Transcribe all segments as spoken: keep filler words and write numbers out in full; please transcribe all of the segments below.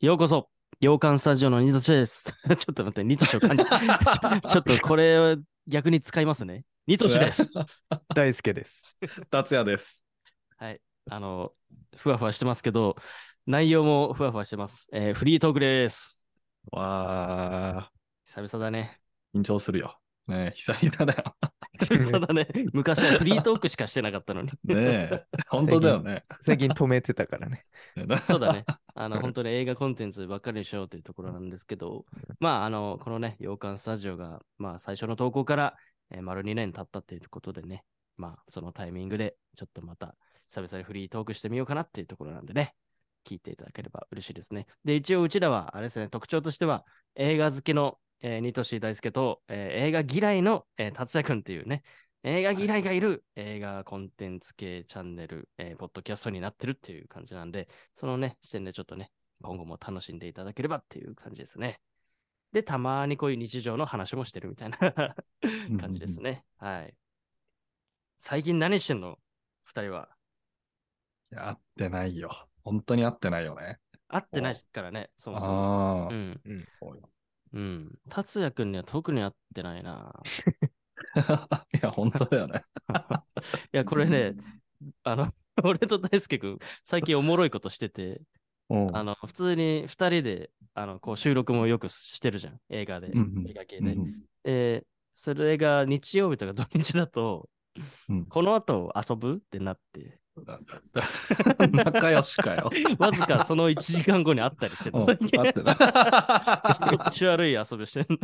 ようこそ、洋館スタジオのニトシです。ちょっと待って、ニトシを感じ、ちょちょっとこれを逆に使いますね。ニトシです。 大輔です。 達也です。 はい。あの、ふわふわしてますけど、内容もふわふわしてます。えーフリートークです。 わ久々だね。 ー、緊張するよ。ねえ、久々だよ。 久々だね。昔はフリートークしかしてなかったのに。 ねえ、本当だよね。 最近止めてたからね。 そうだね。あの、本当に映画コンテンツばっかりにしようというところなんですけど、まあ、あの、このね、洋館スタジオが、まあ、最初の投稿から、えー丸にねん経ったっていうことでね、まあ、そのタイミングで、ちょっとまた、久々にフリートークしてみようかなっていうところなんでね、聞いていただければ嬉しいですね。で、一応、うちらは、あれですね、特徴としては、映画好きの、えー、ニトシ大輔と、えー映画嫌いの、えー達也くんっていうね、映画嫌いがいる映画コンテンツ系チャンネル、えーポッドキャストになってるっていう感じなんで、そのね、視点でちょっとね、今後も楽しんでいただければっていう感じですね。で、たまにこういう日常の話もしてるみたいな感じですね。はい。最近何してんの二人は。 いや、合ってないよ。本当に合ってないよね。 会ってないからね、そもそも。 ああ、 うん。 うん。 そうよ。 うん。達也くんには特に会ってないな。 いや、本当だよね。 いや、これね、あの、俺と大輔くん、最近おもろいことしてて、 うんあの、普通にふたりで、あの、こう収録もよくしてるじゃん。映画で。 うん映画系で。 うんえーそれが日曜日とか土日だと、 うんこの後遊ぶってなって、 仲良しかよ。 わずかそのいちじかんごに会ったりしてる。 うん最近合ってない。 気持ち悪い遊びしてる。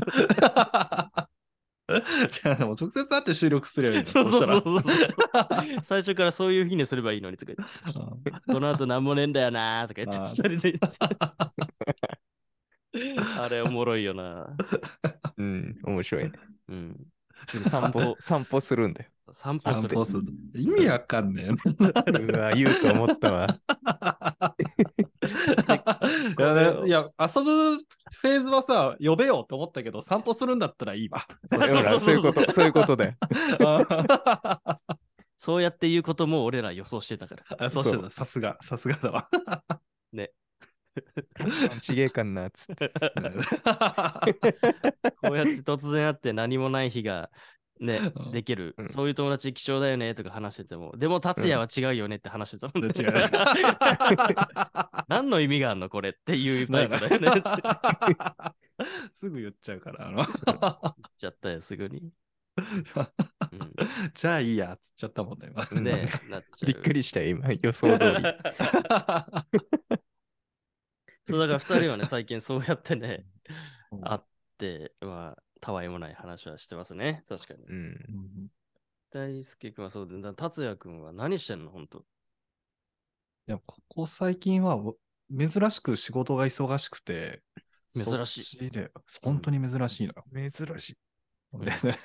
じゃあ、でも直接会って収録すればいいの。 そうそうそうそそう。 したら最初からそういう日にすればいいのにとか言って、この後なんもねえんだよなーとか言って、 あーふたりであれおもろいよな。 うん、面白いね。 うん。普通に散散歩歩、 散歩するんだよ。 散歩する。 散歩する。意味わかんねえよ。 うわ、言うと思ったわ。 いやね、いや、遊ぶフェーズはさ、呼べようと思ったけど、散歩するんだったらいいわ。 そうほら、そういうこと、そういうことだよ。 そうやって言うことも俺ら予想してたから。 あそうしてた、さすが、さすがだわ。 ね。 一番ちげえかんな、つって。 こうやって突然会って何もない日がね、 うんできる。 うんそういう友達貴重だよねとか話してても、でも達也は違うよねって話してたもんね。 違う。 何の意味があるのこれっていうタイプだよね。ってすぐ言っちゃうから、あの言っちゃったよ、すぐに。うんじゃあいいやっつっちゃったもんね、今。 ねなっちゃう。 びっくりしたよ、今、予想通り。 そうだから二人はね、最近そうやってね、 うん会って、まあ、たわいもない話はしてますね。確かに。 うん。 うん大輔君はそうで、だ達也君は何してんの本当。 いや、ここ最近はお珍しく仕事が忙しくて、 珍しいそっちで本当に珍しいのよ。 珍しい。 うんでね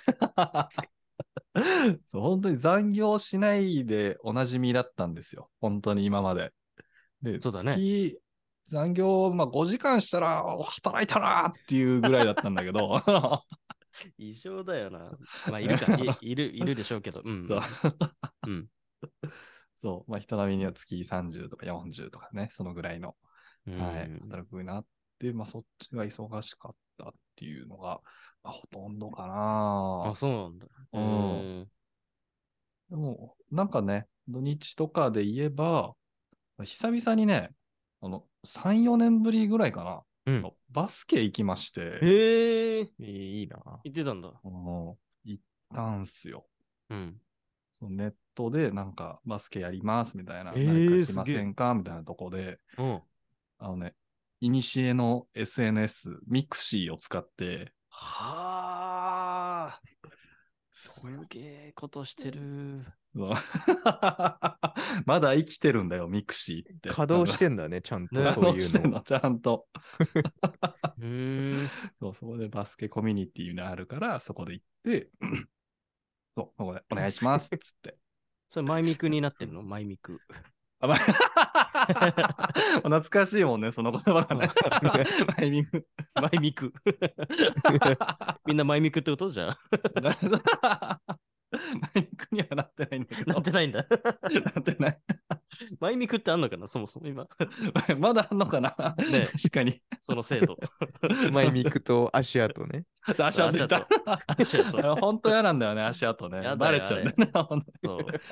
そう、本当に残業しないでおなじみだったんですよ。本当に今まで。で、 そうだね月残業、まあ、ごじかんしたら働いたなっていうぐらいだったんだけど、 異常だよな。まあ、いるか、いいる、いるでしょうけど。うん。 そううん。 そう、まあ、人並みには月さんじゅうとかよんじゅうとかね、そのぐらいの、 うんはい、働くようになって、まあ、そっちが忙しかったっていうのが、まあ、ほとんどかな。 あ、そうなんだ。 うんうん。 でも、なんかね、土日とかで言えば、久々にね、あの、さん、よねんぶりぐらいかな、 うんあのバスケ行きまして、 へえ、 いいな。 言ってたんだ。 あの行ったんすよ。 うん。 そのネットでなんかバスケやりますみたいな、 えー誰か来すげえませんかみたいなとこで、 うん。 あのね、いにしえの エスエヌエス、ミクシーを使って、 はあ。すげえことしてる。 そうまだ生きてるんだよ、ミクシーって。 稼働してんだね、ちゃんとねそういうの。 稼働してんの、ちゃんと。 うーん。 そう、そこでバスケコミュニティがあるから、そこで行って、そう、そこでお願いしますっつって。 それ、マイミクになってるのマイミク。 あま懐かしいもんね、その言葉がね。タイミング。 マイミク。みんなマイミクってことじゃあ。 マイミクにはなってないんだけど。 なってないんだ。 なってない。 マイミクってあんのかな、そもそも今。 まだあんのかなね確かに。 その制度。 マイミクと足跡ね。 足跡いた。 足跡。 あれ本当嫌なんだよね、足跡ね。 やだよバレちゃうんだよね。本当そう。 に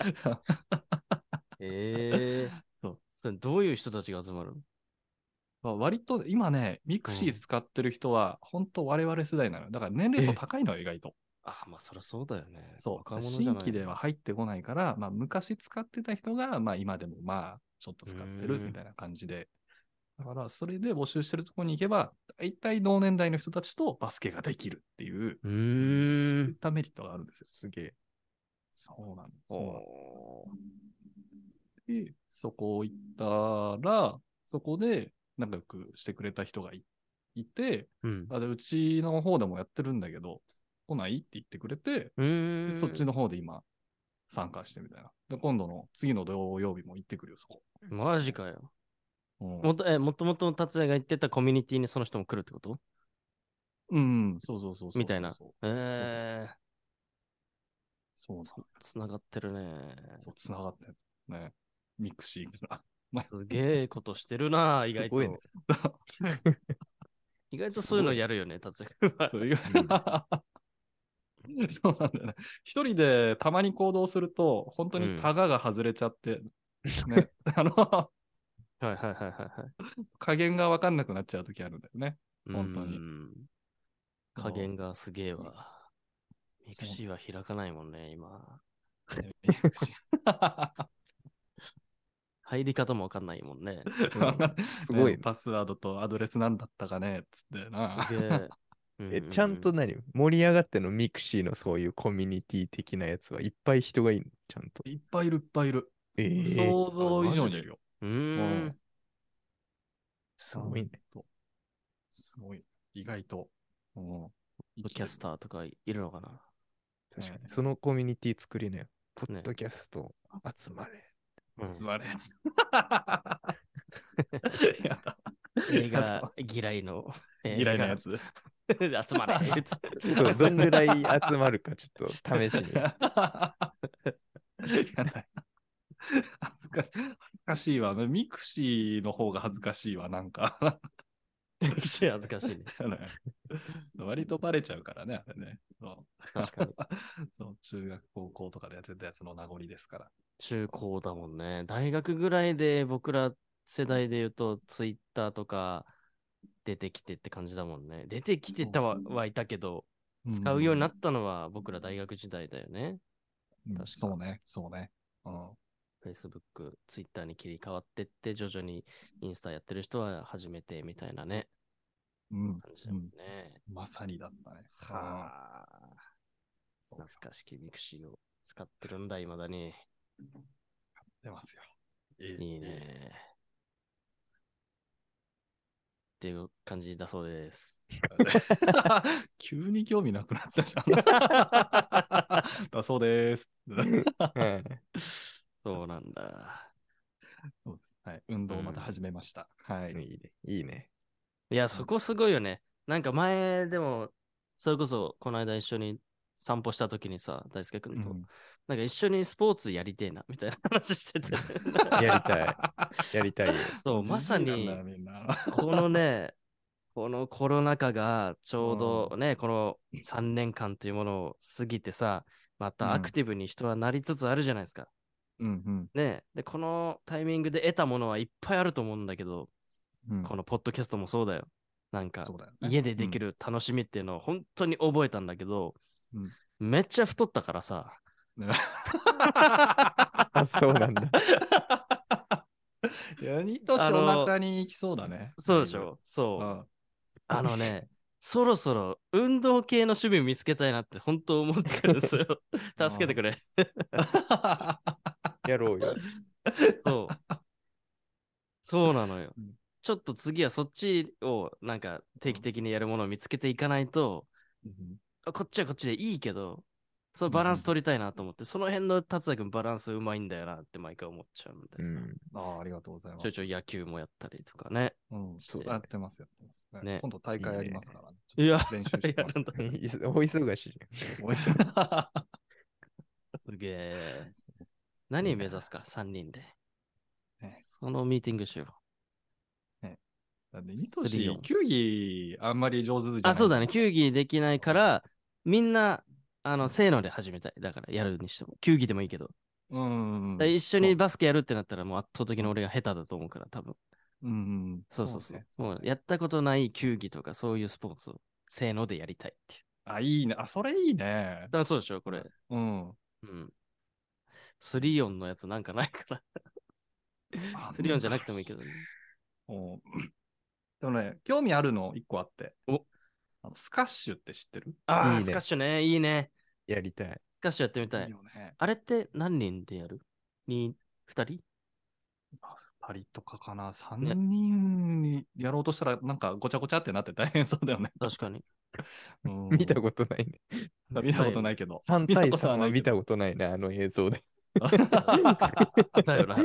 ええそうそれどういう人たちが集まるの？ まあ割と今ね、ミクシー使ってる人は、本当我々世代なのよ。だから年齢層高いのよ、意外と。 あ、まあそりゃそうだよね。 そう。 若者じ新ゃない規では入ってこないから、まあ昔使ってた人が、まあ今でもまあちょっと使ってるみたいな感じで。だからそれで募集してるところに行けば、大体同年代の人たちとバスケができるっていう、 うー。 そうんいったメリットがあるんですよ。 すげえ。 そうなんです。そうなんですおで、そこ行ったら、そこで仲良くしてくれた人がいいて、 ーうん。 あ、じゃあうちの方でもやってるんだけど、来ないって言ってくれて、 うーん。 でそっちの方で今参加してみたいな。で、今度の次の土曜日も行ってくるよ、そこ。 マジかよ。 うんもっと、え、もともと達也が言ってたコミュニティにその人も来るってことうん、そうそうそうそうそう。 みたいな。 そうええそうなんだー、つながってるね。 そう、つながってる。ね。ミクシーから。まあすげえことしてるな、意外と。 すごいね意外とそういうのやるよね、達也君は。 そういうそうなんだよね。一人でたまに行動すると、本当にタガが外れちゃって、ね。あの、 はいはいはいはいはい。 加減が分かんなくなっちゃう時あるんだよね。本当にうーん加減がすげえわ。ミクシーは開かないもんね、今。 ミクシ入り方もわかんないもんね。 ーすごいねねパスワードとアドレスなんだったかねつってな。 すげえ。うえ、ちゃんと何盛り上がってんのミクシーのそういうコミュニティ的なやつはいっぱい人がいるのちゃんと。 いっぱいいるいっぱいいる。 ええ想像以上にいるよ。 うーん。 すごいね。 うんすごい。意外と。うんキャスターとかいるのかな。 確かに。 ねそのコミュニティ作りなよ。ポッねドキャスト集まれ。 うん集まれ。やだ映画嫌いの嫌いなやつ。 映画集まれ。 そう、どんぐらい集まるかちょっと試しに。 やだ恥ずかしい。恥ずかしいわ。ミクシーの方が恥ずかしいわ、なんか。 ミクシー恥ずかしいね。 割とバレちゃうからね、あれね。そう確かに。 そう中学、高校とかでやってたやつの名残ですから。 中高だもんね。大学ぐらいで僕ら世代で言うと、ツイッターとか出てきてって感じだもんね。出てきてたはそうそうはいたけど、 うん使うようになったのは僕ら大学時代だよね。 うん確かそうね、そうね。うん、 Facebook、Twitter に切り替わってって、徐々にインスタやってる人は始めてみたいなね。 うん感じだもんね。 まさにだったね。 はあ。懐かしきミクシーを使ってるんだ、いまだに。 出ますよ。 いいね。っていう感じだそうです。 急に興味なくなったじゃん。だそうです。 はいそうなんだ。 そうですはい、運動をまた始めました。はい。 いいね。いいね。 いや、そこすごいよね。なんか前でも、それこそこの間一緒に散歩した時にさ、大輔君と、 うんなんか一緒にスポーツやりてえな、みたいな話してて。 やりたい。やりたいよ。 そう、まさにじじいなんだよみんなこのね、このコロナ禍がちょうどね、このさんねんかんというものを過ぎてさ、またアクティブに人はなりつつあるじゃないですか。 うんね。で、このタイミングで得たものはいっぱいあると思うんだけど、 うんうんこのポッドキャストもそうだよ。なんかそうだよね家でできる楽しみっていうのを本当に覚えたんだけど、 うんめっちゃ太ったからさ。 ねあ、そうなんだ。 いや、ニトシお腹に行きそうだね。 そうでしょそう。 うんあのね、そろそろ運動系の趣味見つけたいなって本当思ってるんですよ。助けてくれ。 やろうよ。 そう。そうなのようん。 ちょっと次はそっちをなんか定期的にやるものを見つけていかないと、 うんあこっちはこっちでいいけど、そのバランス取りたいなと思って、その辺の達也君バランスうまいんだよなって毎回思っちゃうんで、 うん。 ああ、ありがとうございます。 ちょいちょい野球もやったりとかね。 うん、 そうやってます、やってます。ねね今度大会ありますからね。 いや、 練習してます。 やるんだ。 お忙しい。 おいしいすげえ。何目指すか、さんにんで。 ねそのミーティングしよう。 だってニトスリオンシ、球技あんまり上手じゃない。 あ、そうだね。球技できないから、みんな、あの、せーので始めたい。だから、やるにしても。球技でもいいけど。 うん。 だから一緒にバスケやるってなったら、もう圧倒的に俺が下手だと思うから、多分。 うんうん。 そうそうそう。 ねもうやったことない球技とか、そういうスポーツを、せーのでやりたいっていう。 あ、いいね。あ、それいいね。 だからそうでしょ、これ。 うん。 うん。スリーオンのやつなんかないから。スリーオンじゃなくてもいいけどね。 うんでもね、興味あるの一個あって。 おあのスカッシュって知ってる？ ああ、 いいねスカッシュね。いいね。 やりたい。 スカッシュやってみたい。 いいよね。 あれって何人でやる？に、二人？ ふたりとかかな。さんねにんやろうとしたら、なんかごちゃごちゃってなって大変そうだよね。 確かに。 うん見たことないね。 見たことないけど。 さん対見たことさんは見たないけど。 ことないな、あの映像で。 だよな。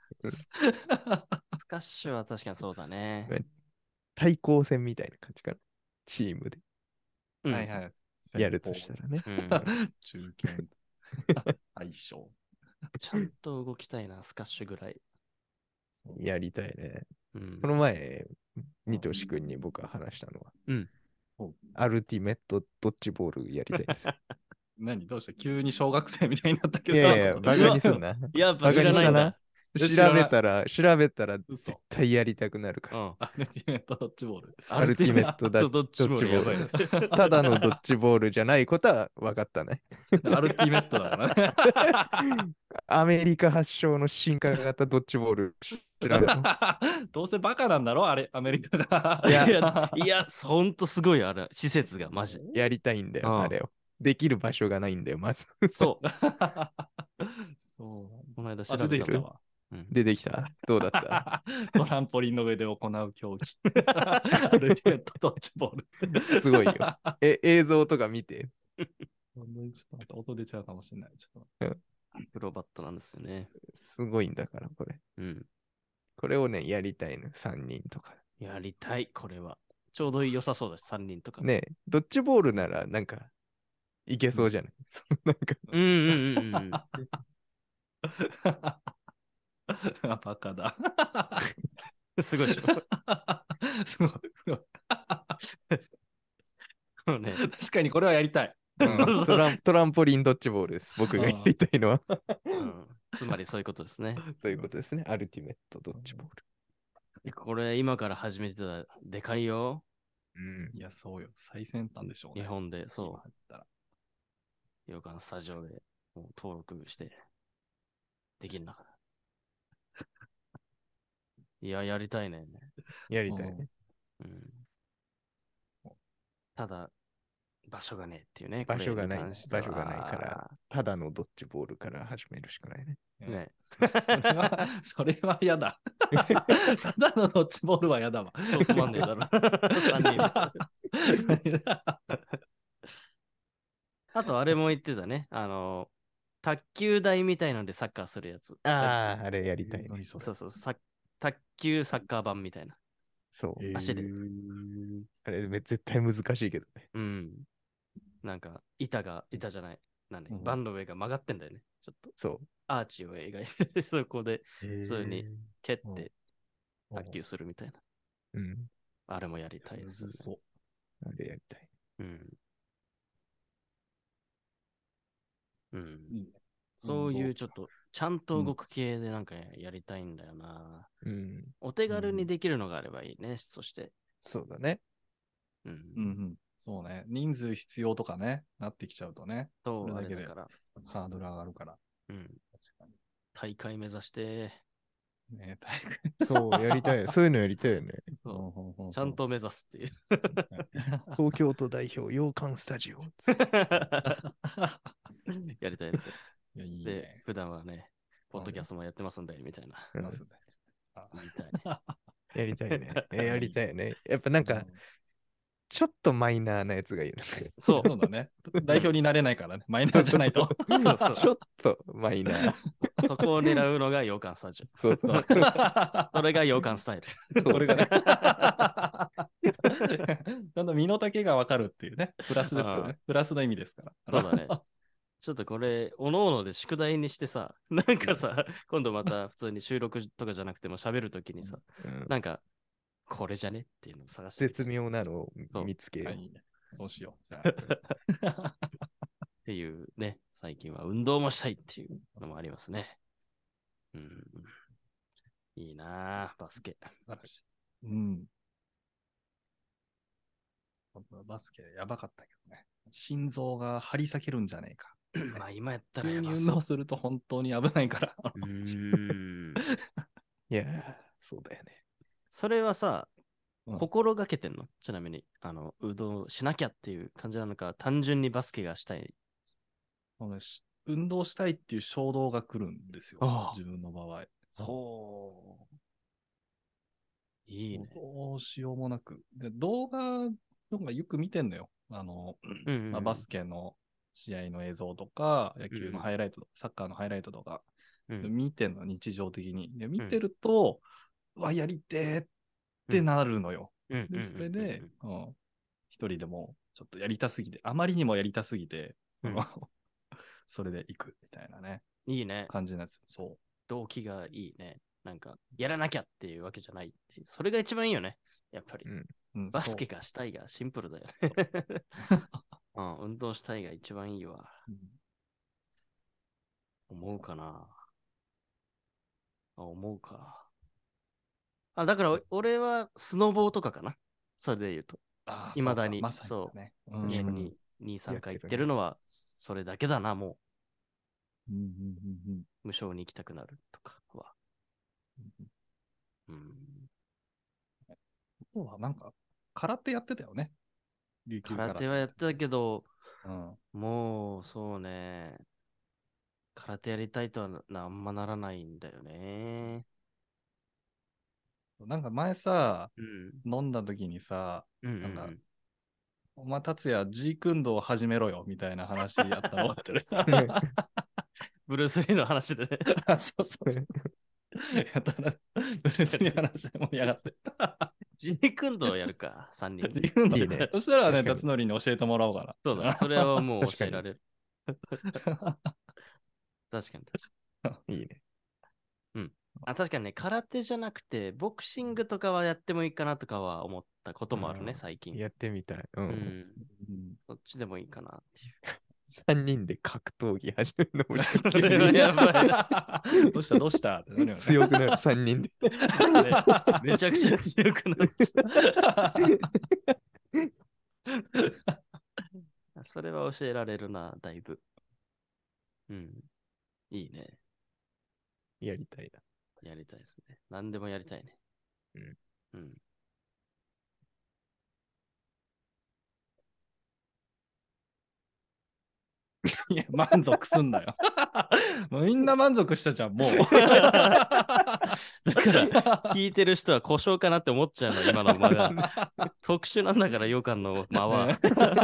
スカッシュは確かにそうだね。 対抗戦みたいな感じかな。チームでうんはいはい。 やるとしたらね。 うん中堅。相性。 ちゃんと動きたいな、スカッシュぐらい。 やりたいね。 うんこの前、ニトシ君に僕が話したのは、 うんアルティメットドッジボールやりたいですよ。 何どうして急に小学生みたいになったけど。 いやいや、バカにすんな。 やっぱ知らないんだ。 調べたら、調べたら絶対やりたくなるから。 うん。 アルティメットドッジボール。 アルティメットダッドッジボールやばいね。 ただのドッジボールじゃないことは分かったね。 アルティメットだからね。 アメリカ発祥の進化型ドッジボール知らんの？ どうせバカなんだろあれ、アメリカが。 いや、いや、ほんとすごいよ、あれ。施設が、マジ。 やりたいんだよ、 うんあれを。できる場所がないんだよ、まず。 そう。 そうこの間調あ、 べたわ。 出てきたわ。 うん出てきた？どうだった？ トランポリンの上で行う競技。アルティメットドッジボール。 すごいよ。え、映像とか見て。 ちょっと待って音出ちゃうかもしれない。ちょっと待ってプロバットなんですよね。 すごいんだから、これ。 うん。 これをね、やりたいの、さんにんとか。 やりたい、これは。ちょうど良さそうだし、さんにんとか。 ねえドッジボールなら、なんか、いけそうじゃない？なんか、 うんうんうんうん。 あバカだ。 すごいでしょ。 すごい。 そうね。 確かにこれはやりたい。 うんトラントランポリンドッジボールです。僕がやりたいのは。 うんつまりそういうことですね。 そういうことですね。アルティメットドッジボール。 これ今から始めてたらでかいよ。 うんいや、そうよ。最先端でしょうね。 日本で、 今そ入ったらう。洋館スタジオでもう登録してできるんだから。いや、やりたいね。 やりたいね。 うん、ただ、場所がねえっていうね。 場所がないこれに関しては場所がないから。ただのドッジボールから始めるしかないね。 ね。 それは、それは嫌だ。ただのドッジボールは嫌だわ。 そうつまんねえだろ。さんにん。あと、あれも言ってたね。あの、卓球台みたいのでサッカーするやつ。 ああ、あれやりたいね。 何それそうそう、さ卓球サッカー版みたいな。 そう。 足でへーあれめ絶対難しいけどね。 うん。なんか、板が、板じゃない。なんで、 うんバンの上が曲がってんだよね。ちょっと、 そアーチを描いて、そこで、 へーそういう風に蹴っうんて、卓球するみたいな。 う。うん。 あれもやりたいでむす、ね。 ずそう。 あれやりたい。 うん。うん。 いいねそういうちょっと、ちゃんと動く系でなんかやりたいんだよな。 うん。 お手軽にできるのがあればいいね、そして。 そうだね。 うん。 うんうん。そうね。人数必要とかね、なってきちゃうとね。 そ、 そうれだけであれだから。 ハードル上がるから。 うん。 確か大会目指して、 に。ね大会そう、やりたい。そういうのやりたいよね。 そうほうほうほうちゃんと目指すっていう。 東京都代表、洋館スタジオ。 やりたいやりたい。 いや、いいでね、。 普段はね、ポッドキャストもやってますんで、みたいな。 うんますねあ言いたい。 やりたいね。えやりたいよね。やっぱなんか、 うんちょっとマイナーなやつがいいよね。 そう。 そうだね。代表になれないからね。マイナーじゃないと。 そうそうちょっとマイナー。 そこを狙うのが洋館スタジオ。 そうそう。 それが洋館スタイル。 これがね。ちゃんと身の丈がわかるっていうね。プラスですからね。プラスの意味ですから。 そうだね。 ちょっとこれ、おのおので宿題にしてさ、なんかさ、今度また普通に収録とかじゃなくても喋るときにさ、 うんなんか、これじゃねっていうのを探してみた絶妙なのをそう見つけよう。 はい、そうしよう。じゃあっていうね、最近は運動もしたいっていうのもありますね。うん、いいなぁ、バスケ。 素晴らしい。うん。バスケやばかったけどね。心臓が張り裂けるんじゃねえか。 まあ今やったら急やばそうに運動。すると本当に危ないから。 うーん。 いやー、そうだよね。 それはさ、 うん心がけてんのちなみに、あの、運動しなきゃっていう感じなのか、単純にバスケがしたい。 もうねし運動したいっていう衝動が来るんですよ。 ああ自分の場合。 ほう。いいね。 どうしようもなく。で、動画とかよく見てんのよ。あの、 うんうんうんまあ、バスケの試合の映像とか、野球のハイライト、サッカーのハイライトとか、 うんで見てんの、日常的に。で、見てると、うわ、やりてーってなるのよ。 うんうんで、それうんで、うん一人でもちょっとやりたすぎて、あまりにもやりたすぎて、 うんあのそれで行くみたいなね、 いいね。 感じなんですよ。そ動機がいいね。なんか、やらなきゃっていうわけじゃないっていう。それが一番いいよね。やっぱり。 うん。 う。うんバスケそうがしたいがシンプルだよね。うん、運動したいが一番いいわ。 うん思うかな。あ、思うか。あ、だからお俺はスノボーとかかな。それで言うと。 ああ、 いまだにそうかまさにそうだね。 年うんにに、さんかい行やってるねってるのはそれだけだな、もうんうんうんう。無償に行きたくなるとかは。 うんうん。 そうはなんか、空手やってたよね。琉球空手はやってたけど、 ど、 もうそうね。空手やりたいとはなあんまならないんだよね。 うん。なんか前さ、 うん。 飲んだ時にさ、 うんうんうなんか、 ん。 お前達也、ジークンドーを始めろよ、みたいな話あったの覚えてる。 ブルース・リーの話でね。 あそうそうそう。やたら、ブルースリー話で盛り上がって。 ジークンドーやるか、さんにんで。 ジークンドーいいねそしたらね、 確かに辰徳に教えてもらおうかな。 そうだ、それはもう確かに教えられる。確かに確かに。 いいね。 あ、確かにね、空手じゃなくて、ボクシングとかはやってもいいかなとかは思ったこともあるね、 うん最近。 やってみたい。う。 うんん。 うんそっちでもいいかなっていう。 さんにんで格闘技始めるのもそれはやばいどうしたどうしたってなるよね。 強くなる、さんにんで。 めちゃくちゃ強くなっちゃう。それは教えられるな、だいぶ。うん。いいね。 やりたいな。 やりたいですね。何でもやりたいね。 うん。 うん。 いや、満足すんなよ。もうみんな満足したじゃん、もう。 だから、聞いてる人は故障かなって思っちゃうの、今の間が。特殊なんだから、羊羹の間は。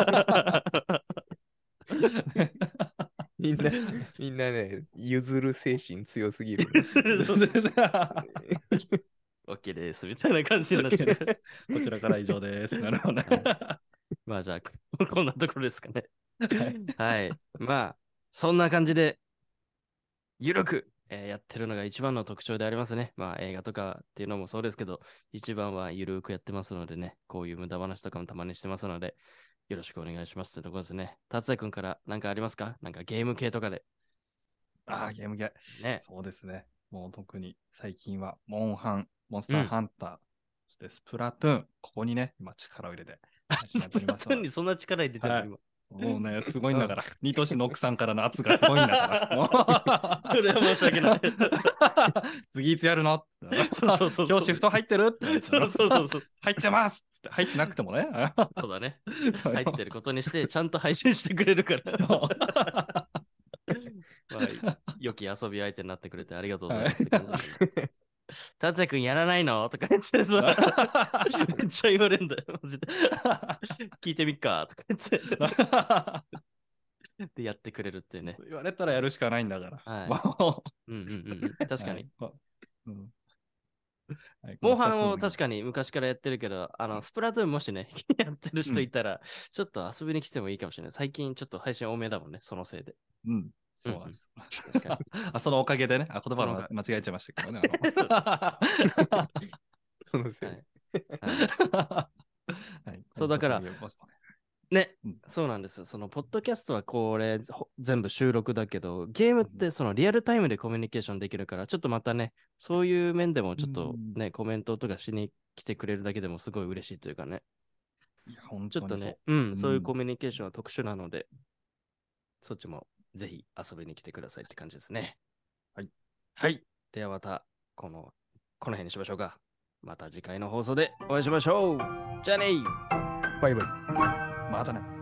みんな、みんなね、譲る精神強すぎるね。 そうです。OK です。みたいな感じになっちゃう。 こちらから以上です。なるほどね。 まあじゃあ、こんなところですかね。 はいはい。まあ、そんな感じで、ゆるく、えーやってるのが一番の特徴でありますね。まあ映画とかっていうのもそうですけど、一番はゆるくやってますのでね、こういう無駄話とかもたまにしてますので、よろしくお願いしますってところですね。達也くんから何かありますか？なんかゲーム系とかで。 ああ、ゲーム系。 ね。 そうですね。もう特に最近は、モンハン、モンスターハンター、そしてスプラトゥーン、ここにね、今力を入れて、 スプラトゥーンにそんな力入れてるの、 はい今。 もうね、すごいんだから。二都市の奥さんからの圧がすごいんだから。もうそれは申し訳ない。 次いつやるのそうそうそうそう今日シフト入ってるってそうそうそうそう。 入ってますって入ってなくてもね。 そうだね。 そう入ってることにして、ちゃんと配信してくれるから。まあ、良き遊び相手になってくれてありがとうございますって感じですね。達也くんやらないのとか言ってさ、めっちゃ言われんだよ、マジで。聞いてみっかとか言って。で、やってくれるっていうね。 言われたらやるしかないんだから。 はいもうんうんうんうん。確かに。 はいうんはいモンハンを確に。 かに昔からやってるけど、あの、スプラトゥーンもしね、やってる人いたら、ちょっと遊びに来てもいいかもしれない。最近ちょっと配信多めだもんね、そのせいで。 うん。そうなんです。 確かあ、そのおかげでね、あ、言葉そのおかが間違えちゃいましたけどね。あのそのせい。 はい。はいはいそうだから本当にね、 うんそうなんですよ。その、ポッドキャストはこれ、ほ全部収録だけど、ゲームってそのリアルタイムでコミュニケーションできるから、ちょっとまたね、そういう面でもちょっとね、コメントとかしに来てくれるだけでもすごい嬉しいというかね、 いや、本当にそう。 ちょっとね、うん、そういううんコミュニケーションは特殊なので、そっちもぜひ遊びに来てくださいって感じですね。 はい。 はい。ではまた、この、この辺にしましょうか。また次回の放送でお会いしましょう。じゃあねー。 バイバイ。 またね。